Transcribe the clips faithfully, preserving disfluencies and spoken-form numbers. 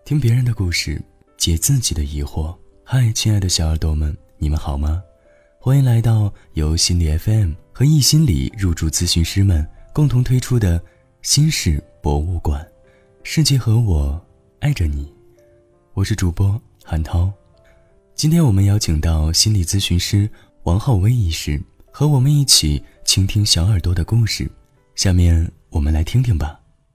听别人的故事，解自己的疑惑。嗨，亲爱的小耳朵们，你们好吗？欢迎来到由心理 F M 和易心理入驻咨询师们共同推出的心事博物馆，世界和我爱着你。我是主播韩涛。今天我们邀请到心理咨询师王浩威医师，和我们一起倾听小耳朵的故事。下面我们来听听吧。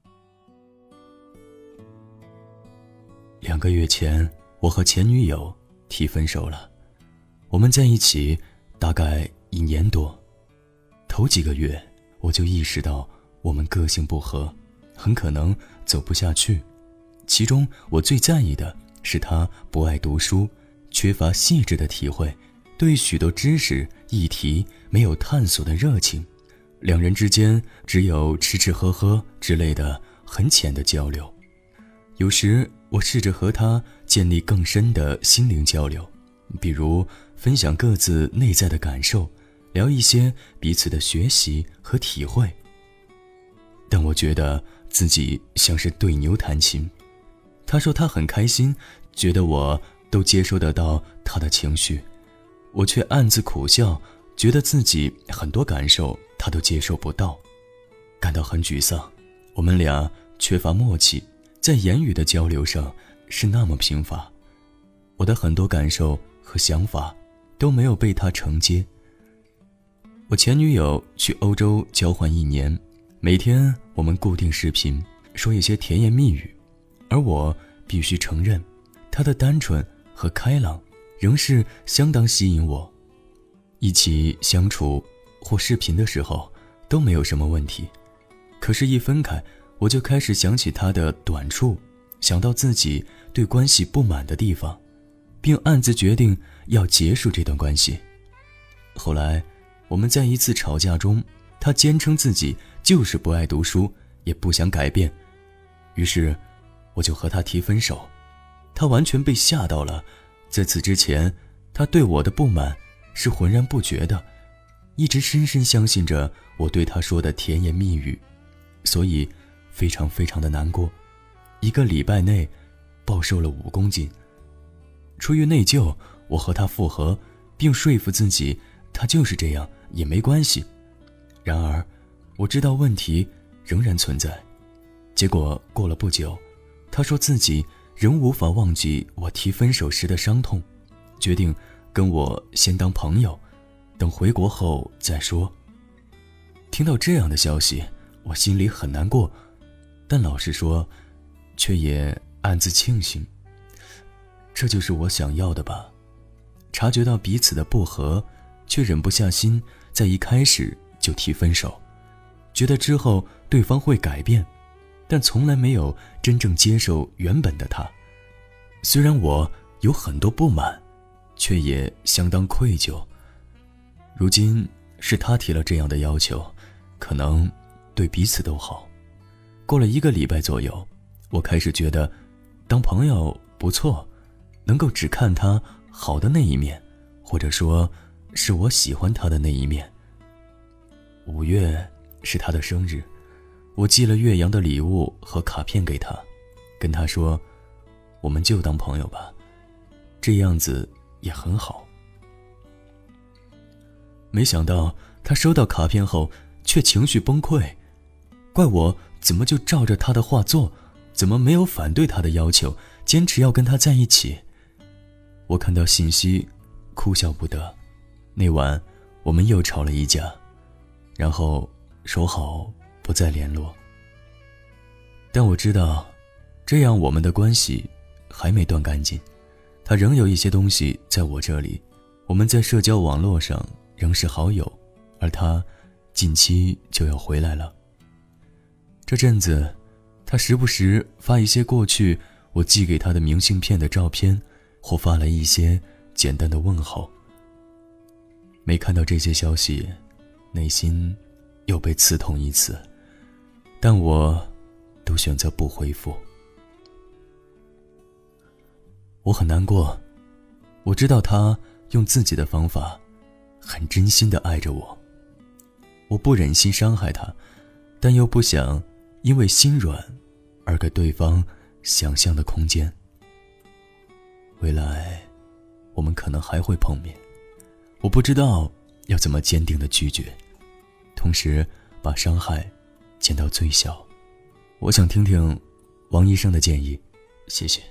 两个月前，我和前女友提分手了。我们在一起大概一年多，头几个月我就意识到我们个性不合，很可能走不下去。其中我最在意的是他不爱读书，缺乏细致的体会，对许多知识议题没有探索的热情。两人之间只有吃吃喝喝之类的很浅的交流。有时我试着和他建立更深的心灵交流，比如分享各自内在的感受，聊一些彼此的学习和体会。但我觉得自己像是对牛弹琴。他说他很开心，觉得我都接收得到他的情绪，我却暗自苦笑，觉得自己很多感受他都接受不到，感到很沮丧。我们俩缺乏默契，在言语的交流上是那么贫乏，我的很多感受和想法都没有被他承接。我前女友去欧洲交换一年，每天我们固定视频，说一些甜言蜜语，而我必须承认，她的单纯和开朗仍是相当吸引我。一起相处或视频的时候都没有什么问题，可是一分开，我就开始想起他的短处，想到自己对关系不满的地方，并暗自决定要结束这段关系。后来我们在一次吵架中，他坚称自己就是不爱读书，也不想改变，于是我就和他提分手。他完全被吓到了，在此之前他对我的不满是浑然不觉的，一直深深相信着我对他说的甜言蜜语，所以非常非常的难过。一个礼拜内暴瘦了五公斤。出于内疚，我和他复合，并说服自己他就是这样也没关系。然而我知道问题仍然存在。结果过了不久，他说自己仍无法忘记我提分手时的伤痛，决定跟我先当朋友，等回国后再说。听到这样的消息，我心里很难过，但老实说却也暗自庆幸，这就是我想要的吧。察觉到彼此的不合，却忍不下心在一开始就提分手，觉得之后对方会改变，但从来没有真正接受原本的他。虽然我有很多不满，却也相当愧疚。如今是他提了这样的要求，可能对彼此都好。过了一个礼拜左右，我开始觉得当朋友不错，能够只看他好的那一面，或者说是我喜欢他的那一面。五月是他的生日，我寄了岳阳的礼物和卡片给他，跟他说我们就当朋友吧，这样子也很好。没想到他收到卡片后却情绪崩溃，怪我怎么就照着他的话做，怎么没有反对他的要求，坚持要跟他在一起。我看到信息哭笑不得。那晚我们又吵了一架，然后说好不再联络。但我知道这样我们的关系还没断干净，他仍有一些东西在我这里。我们在社交网络上仍是好友，而他近期就要回来了。这阵子他时不时发一些过去我寄给他的明信片的照片，或发了一些简单的问候。没看到这些消息，内心又被刺痛一次，但我都选择不回复。我很难过，我知道他用自己的方法很真心地爱着我，我不忍心伤害他，但又不想因为心软而给对方想象的空间。 未来我们可能还会碰面，我不知道要怎么坚定地拒绝，同时把伤害减到最小。我想听听王医生的建议，谢谢。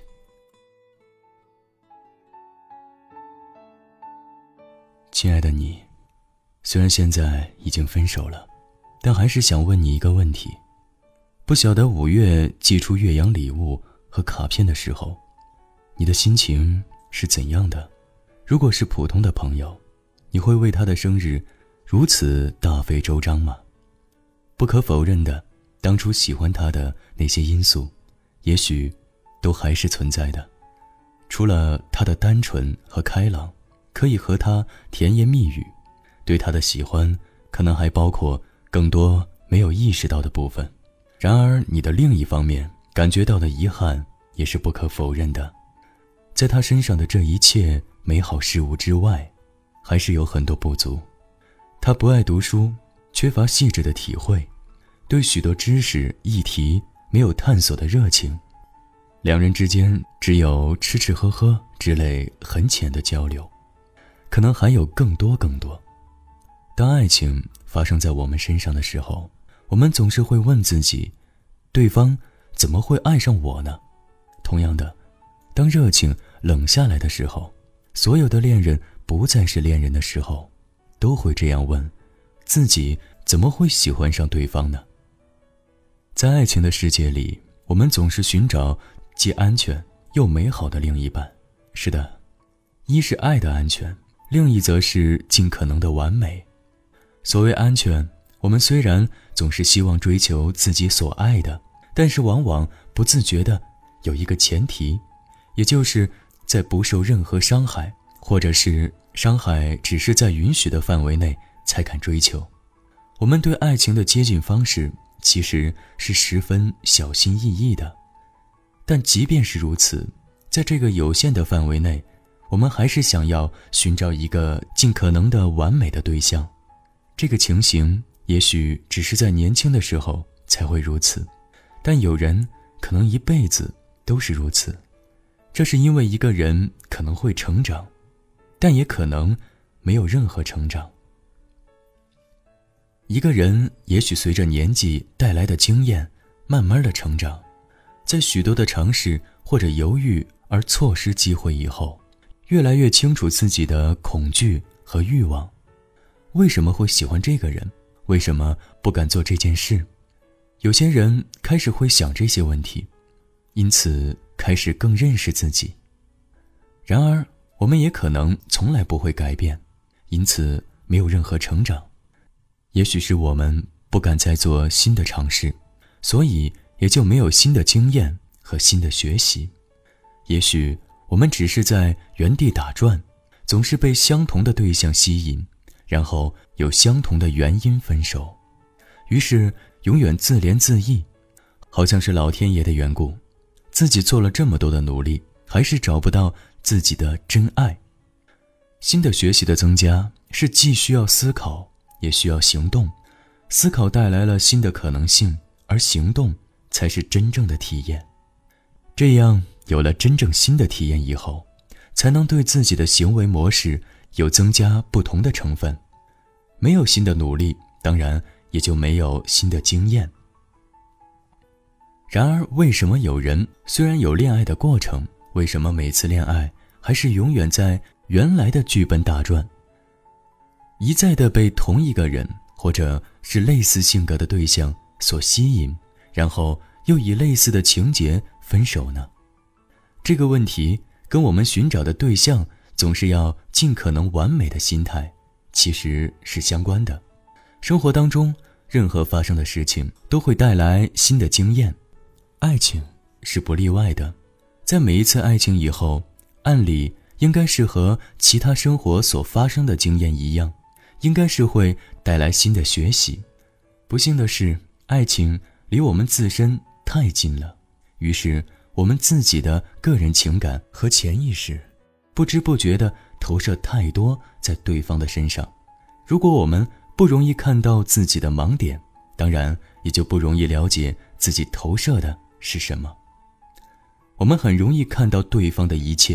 亲爱的你，虽然现在已经分手了，但还是想问你一个问题。不晓得五月寄出岳阳礼物和卡片的时候，你的心情是怎样的？如果是普通的朋友，你会为他的生日如此大费周章吗？不可否认的，当初喜欢他的那些因素，也许都还是存在的。除了他的单纯和开朗，可以和他甜言蜜语，对他的喜欢可能还包括更多没有意识到的部分。然而你的另一方面感觉到的遗憾也是不可否认的，在他身上的这一切美好事物之外，还是有很多不足。他不爱读书，缺乏细致的体会，对许多知识议题没有探索的热情，两人之间只有吃吃喝喝之类很浅的交流，可能还有更多更多。当爱情发生在我们身上的时候，我们总是会问自己，对方怎么会爱上我呢？同样的，当热情冷下来的时候，所有的恋人不再是恋人的时候，都会这样问自己，怎么会喜欢上对方呢？在爱情的世界里，我们总是寻找既安全又美好的另一半。是的，一是爱的安全，另一则是尽可能的完美。所谓安全，我们虽然总是希望追求自己所爱的，但是往往不自觉的有一个前提，也就是在不受任何伤害，或者是伤害只是在允许的范围内才敢追求。我们对爱情的接近方式其实是十分小心翼翼的，但即便是如此，在这个有限的范围内，我们还是想要寻找一个尽可能的完美的对象。这个情形也许只是在年轻的时候才会如此，但有人可能一辈子都是如此。这是因为一个人可能会成长，但也可能没有任何成长。一个人也许随着年纪带来的经验慢慢的成长，在许多的尝试或者犹豫而错失机会以后，越来越清楚自己的恐惧和欲望。为什么会喜欢这个人？为什么不敢做这件事？有些人开始会想这些问题，因此开始更认识自己。然而我们也可能从来不会改变，因此没有任何成长。也许是我们不敢再做新的尝试，所以也就没有新的经验和新的学习。也许我们只是在原地打转，总是被相同的对象吸引，然后有相同的原因分手，于是永远自怜自艾，好像是老天爷的缘故，自己做了这么多的努力，还是找不到自己的真爱。新的学习的增加是既需要思考也需要行动，思考带来了新的可能性，而行动才是真正的体验。这样有了真正新的体验以后，才能对自己的行为模式有增加不同的成分。没有新的努力，当然也就没有新的经验。然而为什么有人虽然有恋爱的过程，为什么每次恋爱还是永远在原来的剧本打转，一再的被同一个人或者是类似性格的对象所吸引，然后又以类似的情节分手呢？这个问题跟我们寻找的对象总是要尽可能完美的心态其实是相关的。生活当中任何发生的事情都会带来新的经验，爱情是不例外的。在每一次爱情以后，按理应该是和其他生活所发生的经验一样，应该是会带来新的学习。不幸的是，爱情离我们自身太近了，于是我们自己的个人情感和潜意识不知不觉地投射太多在对方的身上。如果我们不容易看到自己的盲点，当然也就不容易了解自己投射的是什么。我们很容易看到对方的一切，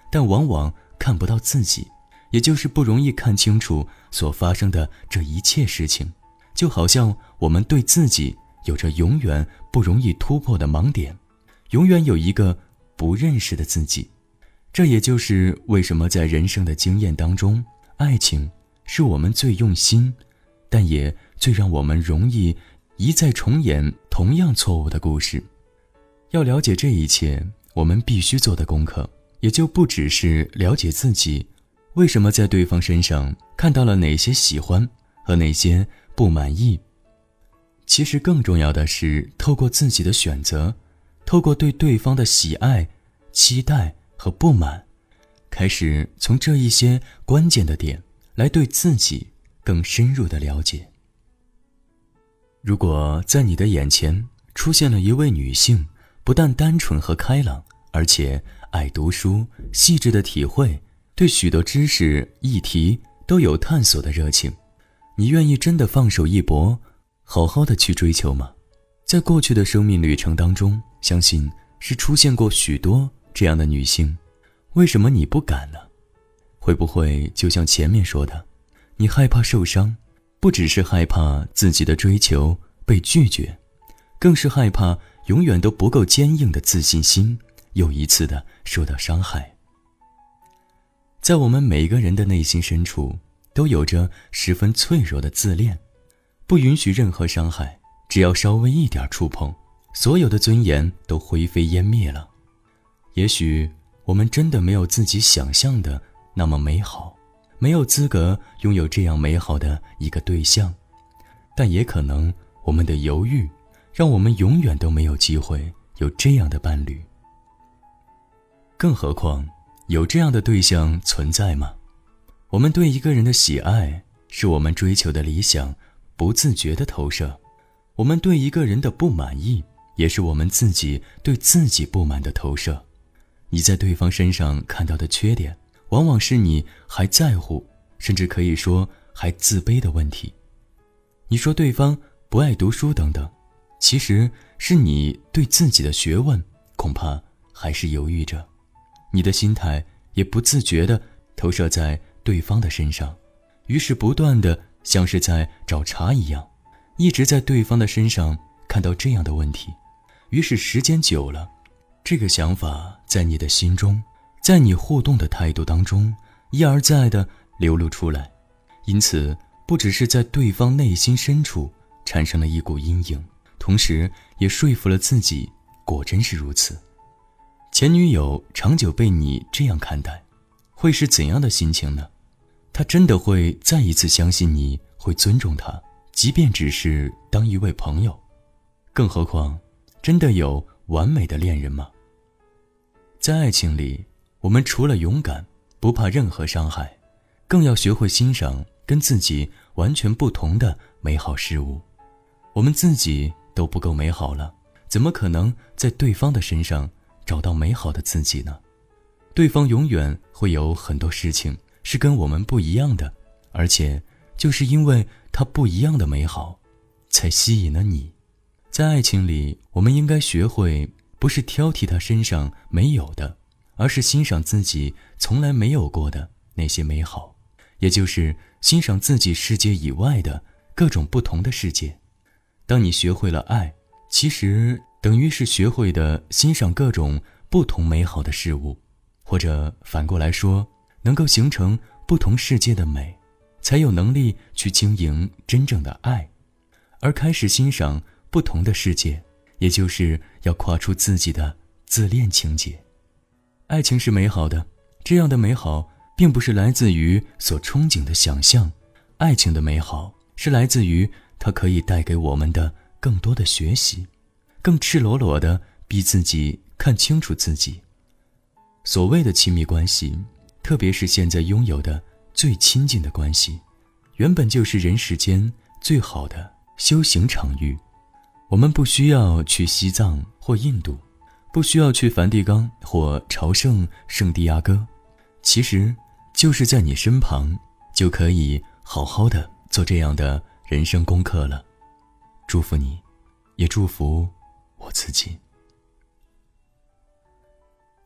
但往往看不到自己，也就是不容易看清楚所发生的这一切事情，就好像我们对自己有着永远不容易突破的盲点，永远有一个不认识的自己。这也就是为什么在人生的经验当中，爱情是我们最用心，但也最让我们容易一再重演同样错误的故事。要了解这一切，我们必须做的功课，也就不只是了解自己为什么在对方身上看到了哪些喜欢和哪些不满意。其实更重要的是透过自己的选择，透过对对方的喜爱、期待和不满，开始从这一些关键的点来对自己更深入的了解。如果在你的眼前出现了一位女性，不但单纯和开朗，而且爱读书，细致的体会，对许多知识议题都有探索的热情，你愿意真的放手一搏，好好的去追求吗？在过去的生命旅程当中，相信是出现过许多这样的女性，为什么你不敢呢？会不会就像前面说的，你害怕受伤，不只是害怕自己的追求被拒绝，更是害怕永远都不够坚硬的自信心又一次的受到伤害。在我们每个人的内心深处，都有着十分脆弱的自恋，不允许任何伤害，只要稍微一点触碰，所有的尊严都灰飞烟灭了。也许我们真的没有自己想象的那么美好，没有资格拥有这样美好的一个对象，但也可能我们的犹豫让我们永远都没有机会有这样的伴侣。更何况有这样的对象存在吗？我们对一个人的喜爱是我们追求的理想不自觉的投射，我们对一个人的不满意也是我们自己对自己不满的投射。你在对方身上看到的缺点，往往是你还在乎，甚至可以说还自卑的问题。你说对方不爱读书等等，其实是你对自己的学问恐怕还是犹豫着，你的心态也不自觉地投射在对方的身上，于是不断地像是在找茬一样，一直在对方的身上看到这样的问题，于是时间久了，这个想法在你的心中，在你互动的态度当中一而再地流露出来，因此不只是在对方内心深处产生了一股阴影，同时也说服了自己果真是如此。前女友长久被你这样看待，会是怎样的心情呢？她真的会再一次相信你会尊重她，即便只是当一位朋友？更何况真的有完美的恋人吗？在爱情里，我们除了勇敢，不怕任何伤害，更要学会欣赏跟自己完全不同的美好事物。我们自己都不够美好了，怎么可能在对方的身上找到美好的自己呢？对方永远会有很多事情是跟我们不一样的，而且就是因为它不一样的美好，才吸引了你。在爱情里，我们应该学会不是挑剔他身上没有的，而是欣赏自己从来没有过的那些美好，也就是欣赏自己世界以外的各种不同的世界。当你学会了爱，其实等于是学会的欣赏各种不同美好的事物，或者反过来说，能够形成不同世界的美，才有能力去经营真正的爱。而开始欣赏不同的世界，也就是要跨出自己的自恋情节。爱情是美好的，这样的美好并不是来自于所憧憬的想象，爱情的美好是来自于它可以带给我们的更多的学习，更赤裸裸地逼自己看清楚自己。所谓的亲密关系，特别是现在拥有的最亲近的关系，原本就是人世间最好的修行场域。我们不需要去西藏或印度，不需要去梵蒂冈或朝圣圣地亚哥，其实就是在你身旁，就可以好好的做这样的人生功课了。祝福你，也祝福我自己。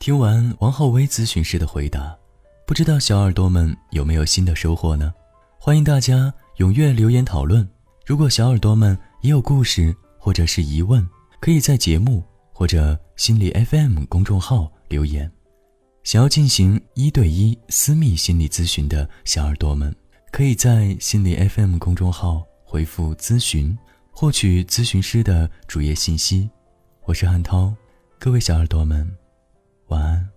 听完王浩威咨询师的回答，不知道小耳朵们有没有新的收获呢？欢迎大家踊跃留言讨论。如果小耳朵们也有故事或者是疑问，可以在节目或者心理 F M 公众号留言。想要进行一对一私密心理咨询的小耳朵们，可以在心理 F M 公众号回复咨询，获取咨询师的主页信息。我是汉涛，各位小耳朵们，晚安。